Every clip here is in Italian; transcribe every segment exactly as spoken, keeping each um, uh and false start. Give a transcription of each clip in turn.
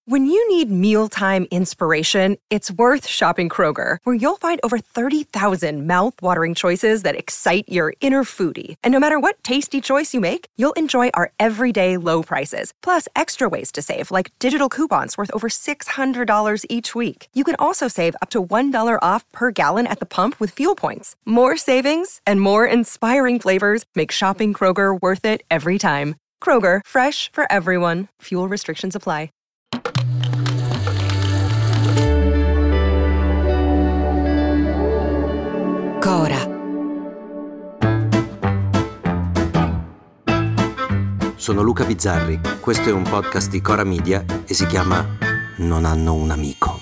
When you need mealtime inspiration, it's worth shopping Kroger, where you'll find over thirty thousand mouth-watering choices that excite your inner foodie. And no matter what tasty choice you make, you'll enjoy our everyday low prices, plus extra ways to save, like digital coupons worth over six hundred dollars each week. You can also save up to one dollar off per gallon at the pump with fuel points. More savings and more inspiring flavors make shopping Kroger worth it every time. Kroger, fresh for everyone. Fuel restrictions apply. Cora. Sono Luca Bizzarri, questo è un podcast di Cora Media e si chiama Non hanno un amico.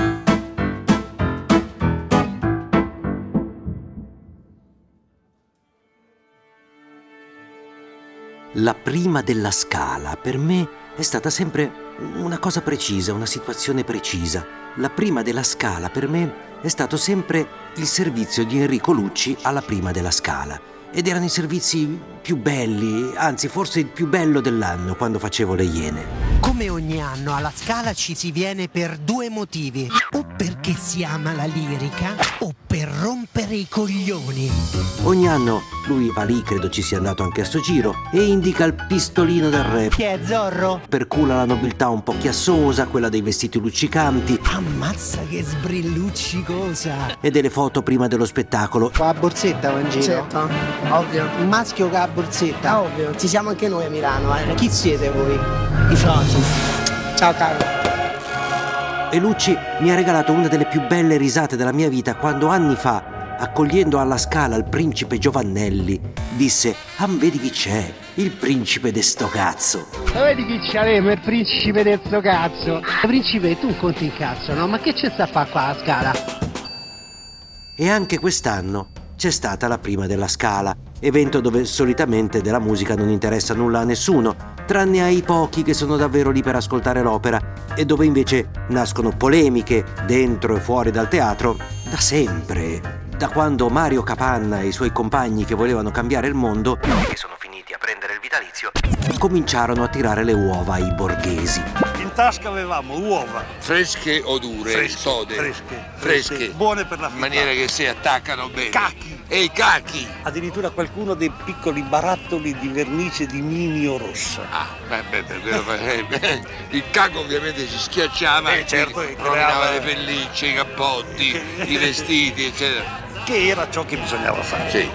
La prima della Scala per me è stata sempre una cosa precisa, una situazione precisa. La prima della Scala per me è stato sempre il servizio di Enrico Lucci alla prima della Scala. Ed erano i servizi più belli, anzi forse il più bello dell'anno, quando facevo le Iene. Come ogni anno alla Scala ci si viene per due motivi: o perché si ama la lirica o per rompere i coglioni. Ogni anno lui va lì, credo ci sia andato anche a sto giro, e indica il pistolino del re. Chi è, Zorro? Percula la nobiltà un po' chiassosa, quella dei vestiti luccicanti. Ammazza che sbrilluccicosa. E delle foto prima dello spettacolo. Con la borsetta va in giro? Certo, ovvio. Un maschio con la borsetta? Ovvio. Ci siamo anche noi a Milano, eh. Chi siete voi? I Frosi. Ciao caro. E Lucci mi ha regalato una delle più belle risate della mia vita quando anni fa, accogliendo alla Scala il principe Giovannelli, disse: "Ah, vedi chi c'è? Il principe de sto cazzo." Ma vedi chi c'aveva il principe del sto cazzo? Principe, tu conti il cazzo, no? Ma che c'è sta a fare qua alla Scala? E anche quest'anno c'è stata la prima della Scala, evento dove solitamente della musica non interessa nulla a nessuno, tranne ai pochi che sono davvero lì per ascoltare l'opera, e dove invece nascono polemiche dentro e fuori dal teatro da sempre, da quando Mario Capanna e i suoi compagni che volevano cambiare il mondo, e che sono finiti a prendere il vitalizio, cominciarono a tirare le uova ai borghesi. In tasca avevamo uova fresche o dure, fresche, sode, fresche, fresche, fresche, buone per la in maniera che si attaccano bene. Cacchi. E i cacchi. Addirittura qualcuno dei piccoli barattoli di vernice di Minio rossa. Ah, beh, beh, beh, beh, il caco ovviamente si schiacciava, Eh, certo, e creava- rovinava le pellicce, i cappotti, Che- i vestiti, eccetera. Che era ciò che bisognava fare. Sì.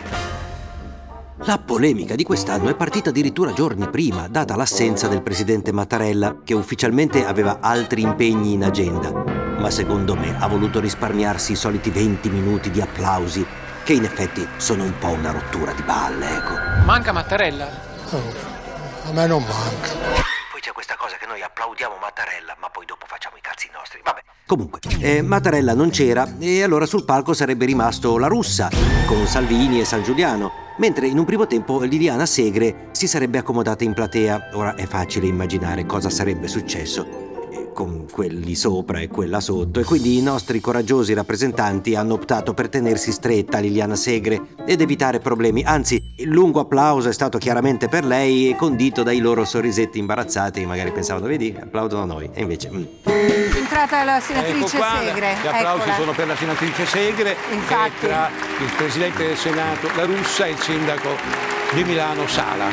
La polemica di quest'anno è partita addirittura giorni prima, data l'assenza del presidente Mattarella, che ufficialmente aveva altri impegni in agenda, ma secondo me ha voluto risparmiarsi i soliti venti minuti di applausi, che in effetti sono un po' una rottura di balle, ecco. Manca Mattarella? Oh, a me non manca. Poi c'è questa cosa che noi applaudiamo Mattarella, ma poi dopo facciamo i cazzi nostri, vabbè. Comunque, eh, Mattarella non c'era, e allora sul palco sarebbe rimasto La Russa, con Salvini e San Giuliano, mentre in un primo tempo Liliana Segre si sarebbe accomodata in platea. Ora è facile immaginare cosa sarebbe successo eh, con quelli sopra e quella sotto, e quindi i nostri coraggiosi rappresentanti hanno optato per tenersi stretta Liliana Segre ed evitare problemi. Anzi, il lungo applauso è stato chiaramente per lei, condito dai loro sorrisetti imbarazzati, magari pensavano: vedi, applaudono a noi, e invece mm. È entrata la senatrice Ecco qua, Segre. gli applausi Eccola. sono per la senatrice Segre, Infatti. che è tra il presidente del Senato La Russa e il sindaco di Milano Sala.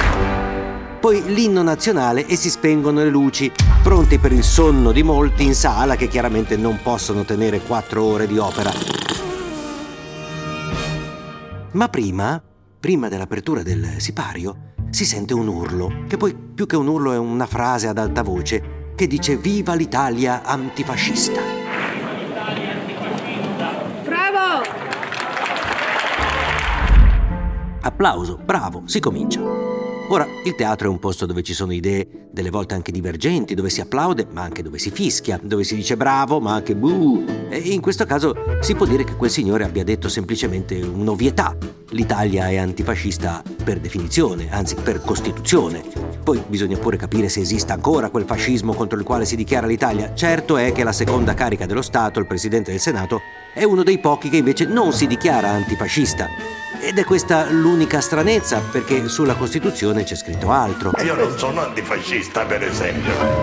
Poi l'inno nazionale e si spengono le luci, pronti per il sonno di molti in sala, che chiaramente non possono tenere quattro ore di opera. Ma prima, prima dell'apertura del sipario, si sente un urlo, che poi più che un urlo è una frase ad alta voce, che dice: "Viva l'Italia antifascista!" Bravo! Applauso, bravo, si comincia. Ora, il teatro è un posto dove ci sono idee, delle volte anche divergenti, dove si applaude, ma anche dove si fischia, dove si dice bravo, ma anche buh. E in questo caso si può dire che quel signore abbia detto semplicemente un'ovvietà. L'Italia è antifascista per definizione, anzi per Costituzione. Poi bisogna pure capire se esista ancora quel fascismo contro il quale si dichiara l'Italia. Certo è che la seconda carica dello Stato, il Presidente del Senato, è uno dei pochi che invece non si dichiara antifascista. Ed è questa l'unica stranezza, perché sulla Costituzione c'è scritto altro. Io non sono antifascista, per esempio.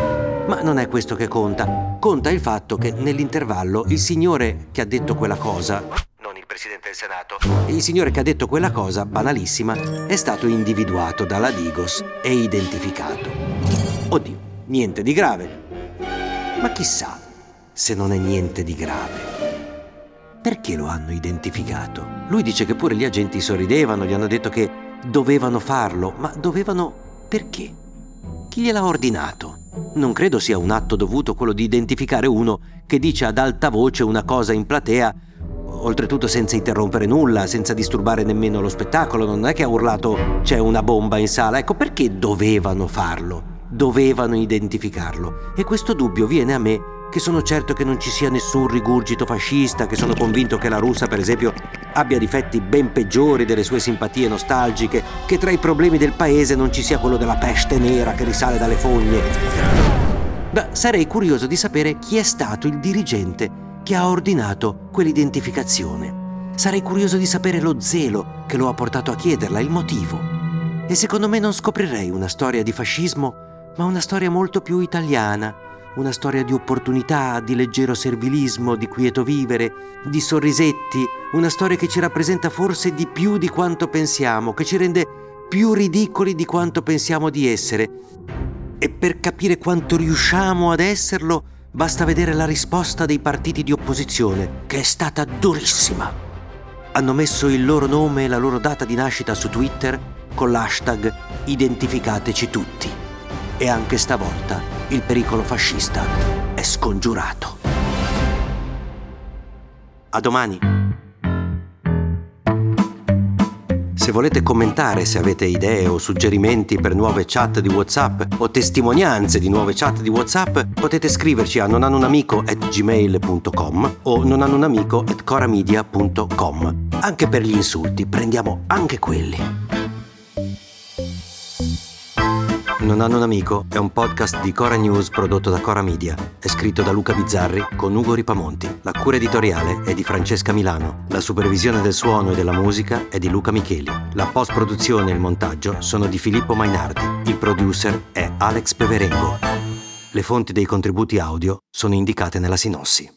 Ma non è questo che conta. Conta il fatto che nell'intervallo il signore che ha detto quella cosa, non il Presidente del Senato, il signore che ha detto quella cosa banalissima è stato individuato dalla Digos e identificato. Oddio, niente di grave. Ma chissà se non è niente di grave. Perché lo hanno identificato? Lui dice che pure gli agenti sorridevano, gli hanno detto che dovevano farlo, ma dovevano perché? Chi gliel'ha ordinato? Non credo sia un atto dovuto quello di identificare uno che dice ad alta voce una cosa in platea, oltretutto senza interrompere nulla, senza disturbare nemmeno lo spettacolo. Non è che ha urlato c'è una bomba in sala. Ecco perché dovevano farlo, dovevano identificarlo. E questo dubbio viene a me, che sono certo che non ci sia nessun rigurgito fascista, che sono convinto che la Russa, per esempio, abbia difetti ben peggiori delle sue simpatie nostalgiche, che tra i problemi del paese non ci sia quello della peste nera che risale dalle fogne. Beh, sarei curioso di sapere chi è stato il dirigente che ha ordinato quell'identificazione. Sarei curioso di sapere lo zelo che lo ha portato a chiederla, il motivo. E secondo me non scoprirei una storia di fascismo, ma una storia molto più italiana. Una storia di opportunità, di leggero servilismo, di quieto vivere, di sorrisetti, una storia che ci rappresenta forse di più di quanto pensiamo, che ci rende più ridicoli di quanto pensiamo di essere. E per capire quanto riusciamo ad esserlo, basta vedere la risposta dei partiti di opposizione, che è stata durissima. Hanno messo il loro nome e la loro data di nascita su Twitter con l'hashtag identificateci tutti. E anche stavolta il pericolo fascista è scongiurato. A domani. Se volete commentare, se avete idee o suggerimenti per nuove chat di WhatsApp o testimonianze di nuove chat di WhatsApp, potete scriverci a nonhanunamico at gmail punto com o nonhanunamico at coramedia punto com. Anche per gli insulti, prendiamo anche quelli. Non hanno un amico è un podcast di Cora News prodotto da Cora Media. È scritto da Luca Bizzarri con Ugo Ripamonti. La cura editoriale è di Francesca Milano. La supervisione del suono e della musica è di Luca Micheli. La post-produzione e il montaggio sono di Filippo Mainardi. Il producer è Alex Peverengo. Le fonti dei contributi audio sono indicate nella sinossi.